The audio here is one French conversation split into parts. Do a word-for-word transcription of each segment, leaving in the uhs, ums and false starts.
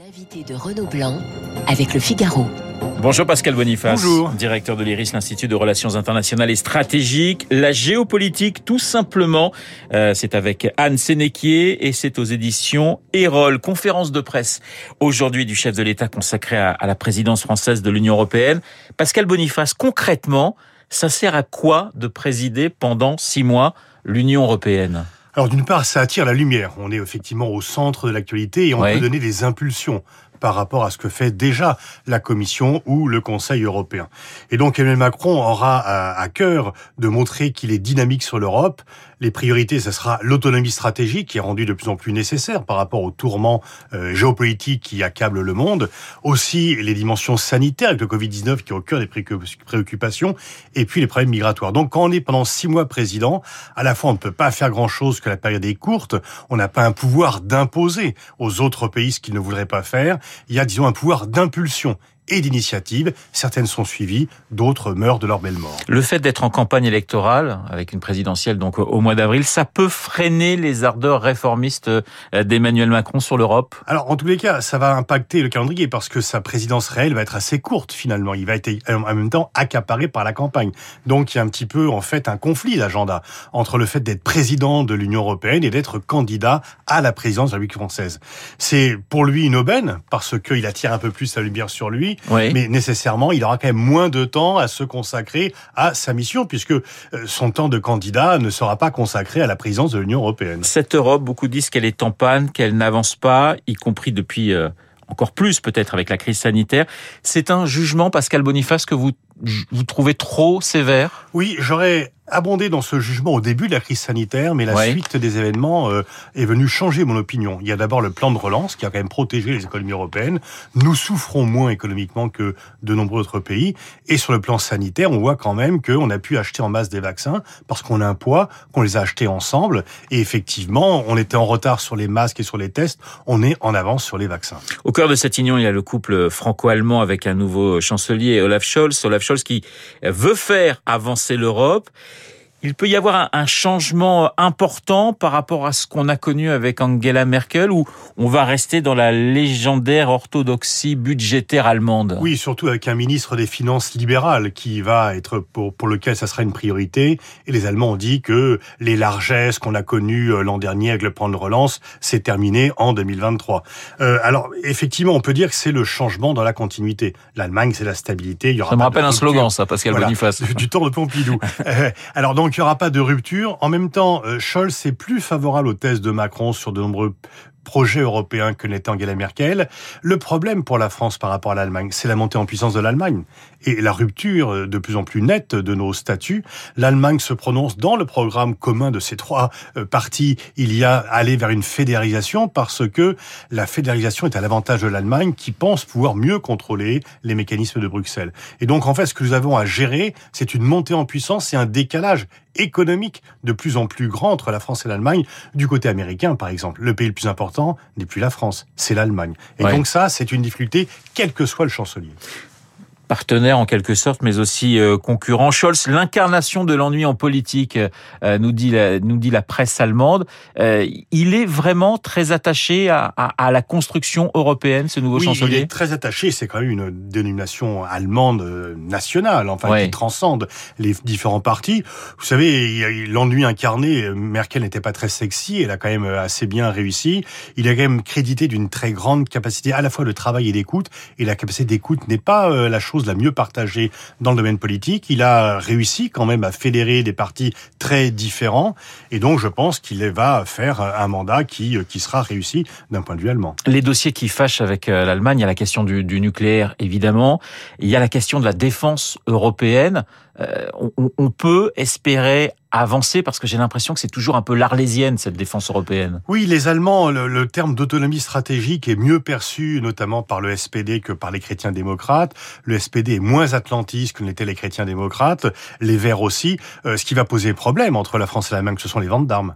L'invité de Renaud Blanc avec Le Figaro. Bonjour Pascal Boniface, Bonjour. Directeur de l'I R I S, l'Institut de Relations Internationales et Stratégiques. La géopolitique, tout simplement, euh, c'est avec Anne Sénéquier et c'est aux éditions Erol. Conférence de presse aujourd'hui du chef de l'État consacrée à, à la présidence française de l'Union européenne. Pascal Boniface, concrètement, ça sert à quoi de présider pendant six mois l'Union européenne ? Alors d'une part, ça attire la lumière. On est effectivement au centre de l'actualité et on Oui. peut donner des impulsions par rapport à ce que fait déjà la Commission ou le Conseil européen. Et donc Emmanuel Macron aura à, à cœur de montrer qu'il est dynamique sur l'Europe. Les priorités, ce sera l'autonomie stratégique qui est rendue de plus en plus nécessaire par rapport aux tourments euh, géopolitiques qui accablent le monde. Aussi les dimensions sanitaires avec le covid dix-neuf qui est au cœur des préoccupations. Et puis les problèmes migratoires. Donc quand on est pendant six mois président, à la fois on ne peut pas faire grand-chose que la période est courte. On n'a pas un pouvoir d'imposer aux autres pays ce qu'ils ne voudraient pas faire. Il y a, disons, un pouvoir d'impulsion et d'initiative. Certaines sont suivies, d'autres meurent de leur belle mort. Le fait d'être en campagne électorale, avec une présidentielle donc au mois d'avril, ça peut freiner les ardeurs réformistes d'Emmanuel Macron sur l'Europe ? Alors, en tous les cas, ça va impacter le calendrier parce que sa présidence réelle va être assez courte, finalement. Il va être en même temps accaparé par la campagne. Donc, il y a un petit peu, en fait, un conflit d'agenda entre le fait d'être président de l'Union européenne et d'être candidat à la présidence de la République française. C'est pour lui une aubaine parce qu'il attire un peu plus la lumière sur lui. Oui. Mais nécessairement, il aura quand même moins de temps à se consacrer à sa mission, puisque son temps de candidat ne sera pas consacré à la présidence de l'Union européenne. Cette Europe, beaucoup disent qu'elle est en panne, qu'elle n'avance pas, y compris depuis euh, encore plus peut-être avec la crise sanitaire. C'est un jugement, Pascal Boniface, que vous, vous trouvez trop sévère ? Oui, j'aurais abondé dans ce jugement au début de la crise sanitaire, mais la Ouais. suite des événements euh, est venue changer mon opinion. Il y a d'abord le plan de relance qui a quand même protégé les économies européennes. Nous souffrons moins économiquement que de nombreux autres pays. Et sur le plan sanitaire, on voit quand même qu'on a pu acheter en masse des vaccins parce qu'on a un poids, qu'on les a achetés ensemble. Et effectivement, on était en retard sur les masques et sur les tests. On est en avance sur les vaccins. Au cœur de cette union, il y a le couple franco-allemand avec un nouveau chancelier, Olaf Scholz. Olaf Scholz qui veut faire avancer l'Europe. Il peut y avoir un, un changement important par rapport à ce qu'on a connu avec Angela Merkel, où on va rester dans la légendaire orthodoxie budgétaire allemande. Oui, surtout avec un ministre des Finances libéral qui va être pour pour lequel ça sera une priorité. Et les Allemands ont dit que les largesses qu'on a connues l'an dernier avec le plan de relance, c'est terminé en deux mille vingt-trois. Euh, alors effectivement, on peut dire que c'est le changement dans la continuité. L'Allemagne, c'est la stabilité. Il y aura Ça me pas rappelle de un rupture. slogan, ça, Pascal Voilà, Boniface. du temps de Pompidou. euh, alors donc il n'y aura pas de rupture. En même temps, euh, Scholz est plus favorable aux thèses de Macron sur de nombreux projet européen que n'était Angela Merkel. Le problème pour la France par rapport à l'Allemagne, c'est la montée en puissance de l'Allemagne et la rupture de plus en plus nette de nos statuts. L'Allemagne se prononce dans le programme commun de ces trois parties. Il y a aller vers une fédéralisation parce que la fédéralisation est à l'avantage de l'Allemagne qui pense pouvoir mieux contrôler les mécanismes de Bruxelles. Et donc, en fait, ce que nous avons à gérer, c'est une montée en puissance et un décalage économique de plus en plus grand entre la France et l'Allemagne. Du côté américain, par exemple, le pays le plus important n'est plus la France, c'est l'Allemagne. Et Ouais. donc ça, c'est une difficulté, quel que soit le chancelier. Partenaire en quelque sorte, mais aussi euh, concurrent. Scholz, l'incarnation de l'ennui en politique, euh, nous dit la, nous dit la presse allemande. Euh, il est vraiment très attaché à, à, à la construction européenne, ce nouveau Oui, chancelier. il est très attaché. C'est quand même une dénomination allemande euh, nationale, enfin Ouais. qui transcende les différents partis. Vous savez, il y a l'ennui incarné. Merkel n'était pas très sexy. Elle a quand même assez bien réussi. Il est quand même crédité d'une très grande capacité à la fois de travail et d'écoute. Et la capacité d'écoute n'est pas euh, la chose la mieux partagée dans le domaine politique. Il a réussi quand même à fédérer des partis très différents. Et donc, je pense qu'il va faire un mandat qui, qui sera réussi d'un point de vue allemand. Les dossiers qui fâchent avec l'Allemagne, il y a la question du, du nucléaire, évidemment. Il y a la question de la défense européenne. Euh, on, on peut espérer avancer parce que j'ai l'impression que c'est toujours un peu l'arlésienne, cette défense européenne. Oui, les Allemands, le, le terme d'autonomie stratégique est mieux perçu, notamment par le S P D que par les chrétiens démocrates. Le S P D est moins atlantiste que l'étaient les chrétiens démocrates, les Verts aussi. Euh, ce qui va poser problème entre la France et l'Allemagne, ce sont les ventes d'armes.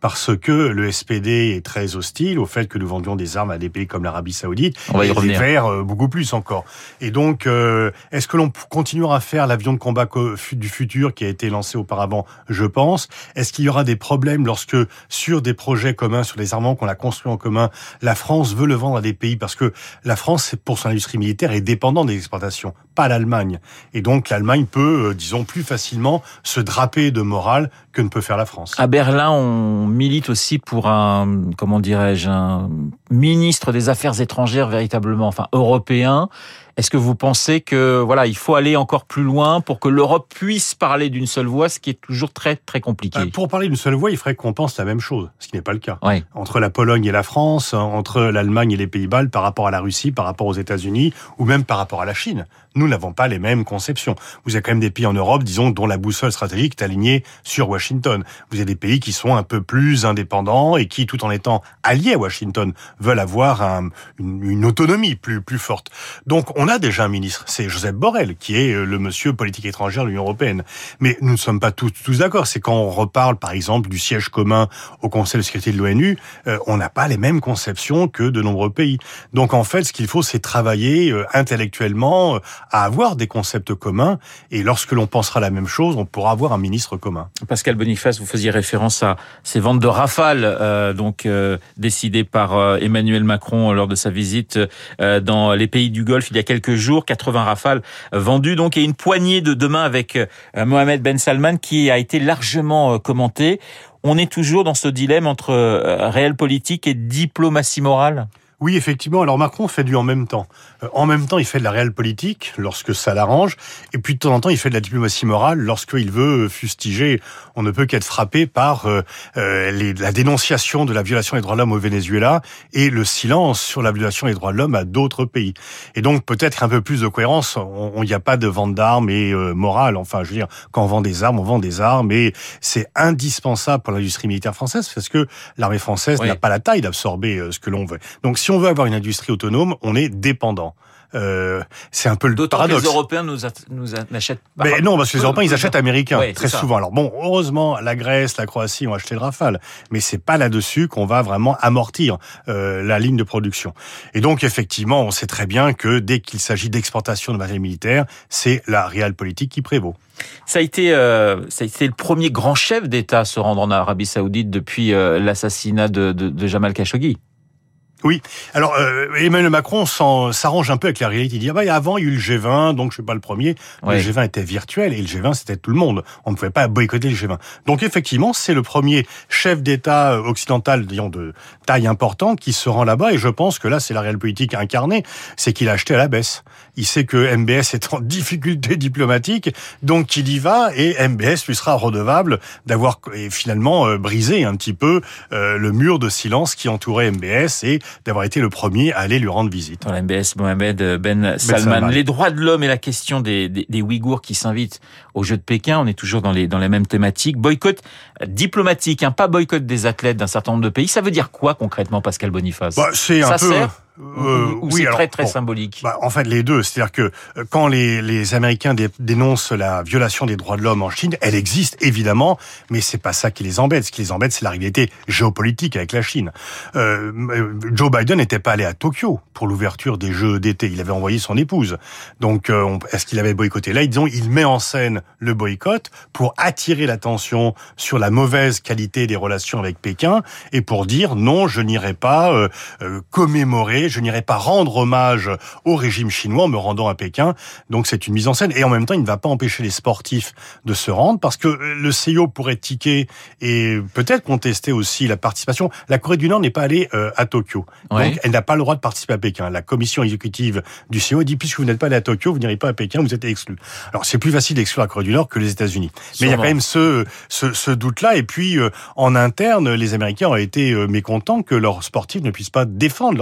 parce que le S P D est très hostile au fait que nous vendions des armes à des pays comme l'Arabie Saoudite. On va y et revenir. Les Verts, euh, beaucoup plus encore. Et donc, euh, est-ce que l'on continuera à faire l'avion de combat du futur qui a été lancé auparavant? Je pense. Est-ce qu'il y aura des problèmes lorsque, sur des projets communs, sur les armements qu'on a construits en commun, la France veut le vendre à des pays? Parce que la France, pour son industrie militaire, est dépendante des exportations, pas l'Allemagne. Et donc, l'Allemagne peut, euh, disons, plus facilement se draper de morale que ne peut faire la France. À Berlin, on milite aussi pour un, comment dirais-je, un ministre des Affaires étrangères véritablement, enfin européen. Est-ce que vous pensez que voilà, il faut aller encore plus loin pour que l'Europe puisse parler d'une seule voix, ce qui est toujours très très compliqué? Pour parler d'une seule voix, il faudrait qu'on pense la même chose, ce qui n'est pas le cas. Oui. Entre la Pologne et la France, entre l'Allemagne et les Pays-Bas, par rapport à la Russie, par rapport aux États-Unis, ou même par rapport à la Chine. Nous n'avons pas les mêmes conceptions. Vous avez quand même des pays en Europe, disons, dont la boussole stratégique est alignée sur Washington. Vous avez des pays qui sont un peu plus indépendants et qui, tout en étant alliés à Washington, veulent avoir un, une, une autonomie plus, plus forte. Donc, on a déjà un ministre, c'est Joseph Borrell, qui est le monsieur politique étrangère de l'Union européenne. Mais nous ne sommes pas tous, tous d'accord. C'est quand on reparle, par exemple, du siège commun au Conseil de sécurité de l'ONU, euh, on n'a pas les mêmes conceptions que de nombreux pays. Donc, en fait, ce qu'il faut, c'est travailler euh, intellectuellement euh, à avoir des concepts communs. Et lorsque l'on pensera la même chose, on pourra avoir un ministre commun. Pascal Boniface, vous faisiez référence à ces ventes de Rafale, euh, donc euh, décidées par euh, Emmanuel Macron lors de sa visite euh, dans les pays du Golfe il y a quelques jours. quatre-vingts Rafales vendus, donc, et une poignée de demain avec euh, Mohamed Ben Salman qui a été largement euh, commenté. On est toujours dans ce dilemme entre euh, réel politique et diplomatie morale? Oui, effectivement. Alors Macron fait du en même temps. Euh, en même temps, il fait de la réelle politique lorsque ça l'arrange, et puis de temps en temps, il fait de la diplomatie morale lorsqu'il veut fustiger. On ne peut qu'être frappé par euh, euh, les, la dénonciation de la violation des droits de l'homme au Venezuela et le silence sur la violation des droits de l'homme à d'autres pays. Et donc peut-être un peu plus de cohérence. Il n'y a pas de vente d'armes et euh, morale. Enfin, je veux dire, quand on vend des armes, on vend des armes, et c'est indispensable pour l'industrie militaire française parce que l'armée française oui. n'a pas la taille d'absorber euh, ce que l'on veut. Donc si on veut avoir une industrie autonome, on est dépendant. Euh, c'est un peu le D'autant paradoxe. Que les Européens nous, a, nous a, n'achètent pas. Mais non, parce que les Européens, ils achètent américains, oui, très souvent. Alors bon, heureusement, la Grèce, la Croatie ont acheté le Rafale, mais c'est pas là-dessus qu'on va vraiment amortir euh, la ligne de production. Et donc, effectivement, on sait très bien que dès qu'il s'agit d'exportation de matériel militaire, c'est la réelle politique qui prévaut. Ça a été, euh, ça a été le premier grand chef d'État à se rendre en Arabie Saoudite depuis euh, l'assassinat de, de, de Jamal Khashoggi. Oui. Alors, euh, Emmanuel Macron s'arrange un peu avec la réalité. Il dit, ah bah, avant, il y a eu le G vingt, donc je suis pas le premier. Oui. Le G vingt était virtuel, et le G vingt, c'était tout le monde. On ne pouvait pas boycotter le G vingt. Donc, effectivement, c'est le premier chef d'État occidental, disons, de taille importante, qui se rend là-bas, et je pense que là, c'est la réelle politique incarnée, c'est qu'il a acheté à la baisse. Il sait que M B S est en difficulté diplomatique, donc il y va, et M B S lui sera redevable d'avoir finalement euh, brisé un petit peu euh, le mur de silence qui entourait M B S, et d'avoir été le premier à aller lui rendre visite. Dans la M B S, Mohamed Ben Salman. Ben Salman. Les droits de l'homme et la question des, des, des Ouïghours qui s'invitent aux Jeux de Pékin, on est toujours dans les, dans les mêmes thématiques. Boycott diplomatique, hein, pas boycott des athlètes d'un certain nombre de pays. Ça veut dire quoi concrètement, Pascal Boniface? Bah, c'est Ça un peu... sert Euh, ou oui, c'est alors, très très bon, symbolique. Bah, en fait, les deux. C'est-à-dire que quand les, les Américains dé, dénoncent la violation des droits de l'homme en Chine, elle existe évidemment, mais c'est pas ça qui les embête. Ce qui les embête, c'est la rivalité géopolitique avec la Chine. Euh, Joe Biden n'était pas allé à Tokyo pour l'ouverture des Jeux d'été. Il avait envoyé son épouse. Donc, euh, on, est-ce qu'il avait boycotté? Là, disons, il met en scène le boycott pour attirer l'attention sur la mauvaise qualité des relations avec Pékin et pour dire non, je n'irai pas euh, euh, commémorer. Je n'irai pas rendre hommage au régime chinois en me rendant à Pékin. Donc c'est une mise en scène. Et en même temps, il ne va pas empêcher les sportifs de se rendre parce que le C I O pourrait tiquer et peut-être contester aussi la participation. La Corée du Nord n'est pas allée euh, à Tokyo. Ouais. Donc elle n'a pas le droit de participer à Pékin. La commission exécutive du C I O dit puisque vous n'êtes pas allé à Tokyo, vous n'irez pas à Pékin, vous êtes exclu. Alors c'est plus facile d'exclure la Corée du Nord que les États-Unis. Sûrement. Mais il y a quand même ce, ce, ce doute-là. Et puis euh, en interne, les Américains ont été euh, mécontents que leurs sportifs ne puissent pas défendre leur chance.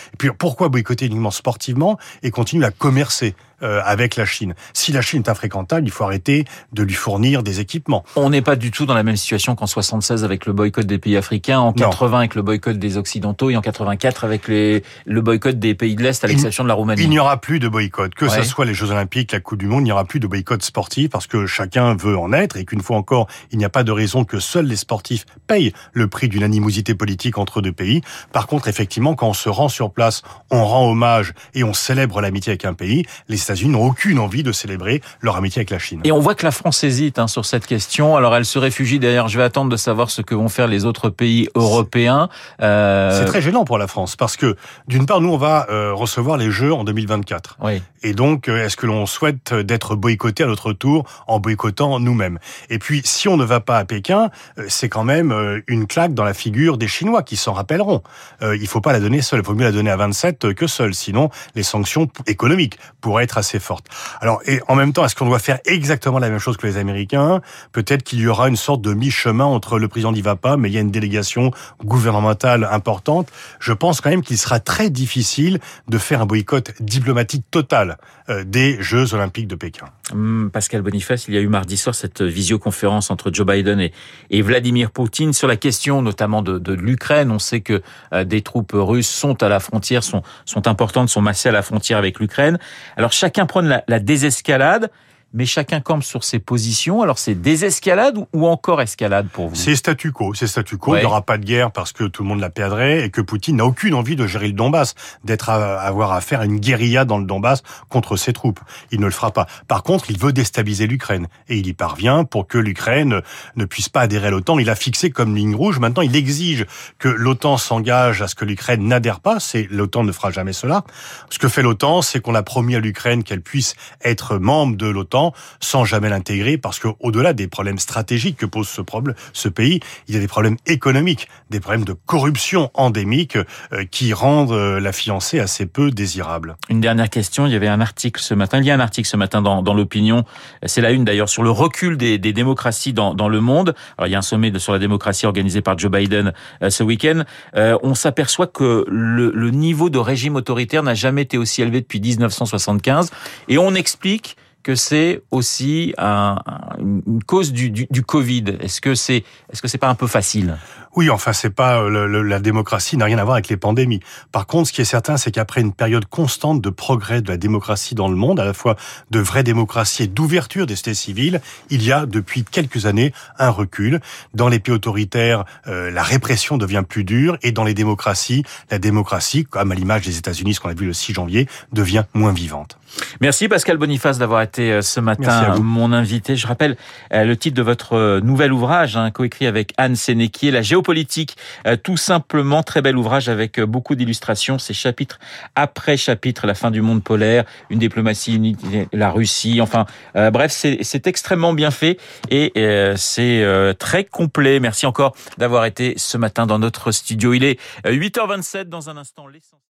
Et puis pourquoi boycotter uniquement sportivement et continuer à commercer euh, avec la Chine? Si la Chine est infréquentable, il faut arrêter de lui fournir des équipements. On n'est pas du tout dans la même situation qu'en soixante-seize avec le boycott des pays africains, en quatre-vingts avec le boycott des Occidentaux et en quatre-vingt-quatre avec les, le boycott des pays de l'Est à l'exception de la Roumanie. Il n'y aura plus de boycott. Que ouais. ce soit les Jeux Olympiques, la Coupe du Monde, il n'y aura plus de boycott sportif parce que chacun veut en être et qu'une fois encore, il n'y a pas de raison que seuls les sportifs payent le prix d'une animosité politique entre deux pays. Par contre, effectivement, quand on se rend sur place, on rend hommage et on célèbre l'amitié avec un pays. Les États-Unis n'ont aucune envie de célébrer leur amitié avec la Chine. Et on voit que la France hésite hein, sur cette question. Alors elle se réfugie derrière. Je vais attendre de savoir ce que vont faire les autres pays européens. Euh... C'est très gênant pour la France parce que d'une part, nous on va euh, recevoir les Jeux en deux mille vingt-quatre. Oui. Et donc, est-ce que l'on souhaite d'être boycotté à notre tour en boycottant nous-mêmes? Et puis, si on ne va pas à Pékin, c'est quand même une claque dans la figure des Chinois qui s'en rappelleront. Euh, il faut pas la donner seule. Il vaut mieux la donner à vingt-sept que seule. Sinon, les sanctions économiques pourraient être assez fortes. Alors, et en même temps, est-ce qu'on doit faire exactement la même chose que les Américains? Peut-être qu'il y aura une sorte de mi-chemin entre le président n'y va pas, mais il y a une délégation gouvernementale importante. Je pense quand même qu'il sera très difficile de faire un boycott diplomatique total des Jeux Olympiques de Pékin. Pascal Boniface, il y a eu mardi soir cette visioconférence entre Joe Biden et, et Vladimir Poutine sur la question notamment de, de l'Ukraine. On sait que euh, des troupes russes sont à la frontière, sont, sont importantes, sont massées à la frontière avec l'Ukraine. Alors chacun prône la, la désescalade, mais chacun campe sur ses positions. Alors c'est désescalade ou encore escalade pour vous? C'est statu quo, c'est statu quo. Ouais. Il n'y aura pas de guerre parce que tout le monde la perdrait et que Poutine n'a aucune envie de gérer le Donbass, d'être à avoir à faire une guérilla dans le Donbass contre ses troupes. Il ne le fera pas. Par contre, il veut déstabiliser l'Ukraine et il y parvient pour que l'Ukraine ne puisse pas adhérer à l'OTAN. Il a fixé comme ligne rouge. Maintenant, il exige que l'OTAN s'engage à ce que l'Ukraine n'adhère pas. C'est l'OTAN ne fera jamais cela. Ce que fait l'OTAN, c'est qu'on a promis à l'Ukraine qu'elle puisse être membre de l'OTAN sans jamais l'intégrer, parce que au-delà des problèmes stratégiques que pose ce problème, ce pays, il y a des problèmes économiques, des problèmes de corruption endémique euh, qui rendent euh, la fiancée assez peu désirable. Une dernière question, il y avait un article ce matin, il y a un article ce matin dans, dans l'opinion, c'est la une d'ailleurs, sur le recul des, des démocraties dans, dans le monde. Alors il y a un sommet de, sur la démocratie organisé par Joe Biden euh, ce week-end. Euh, on s'aperçoit que le, le niveau de régime autoritaire n'a jamais été aussi élevé depuis dix-neuf cent soixante-quinze et on explique que c'est aussi un, une cause du, du, du Covid. Est-ce que c'est, est-ce que c'est pas un peu facile? Oui, enfin, c'est pas le, le, la démocratie n'a rien à voir avec les pandémies. Par contre, ce qui est certain, c'est qu'après une période constante de progrès de la démocratie dans le monde, à la fois de vraie démocratie et d'ouverture des sociétés civiles, il y a depuis quelques années un recul. Dans les pays autoritaires, euh, la répression devient plus dure, et dans les démocraties, la démocratie, comme à l'image des États-Unis, ce qu'on a vu le six janvier, devient moins vivante. Merci Pascal Boniface d'avoir été ce matin mon invité. Je rappelle le titre de votre nouvel ouvrage, hein, coécrit avec Anne Sénéquier, La géopolitique, tout simplement, très bel ouvrage avec beaucoup d'illustrations. C'est chapitre après chapitre, la fin du monde polaire, une diplomatie unie, la Russie, enfin euh, bref, c'est, c'est extrêmement bien fait et euh, c'est euh, très complet. Merci encore d'avoir été ce matin dans notre studio. Il est huit heures vingt-sept, dans un instant l'essentiel.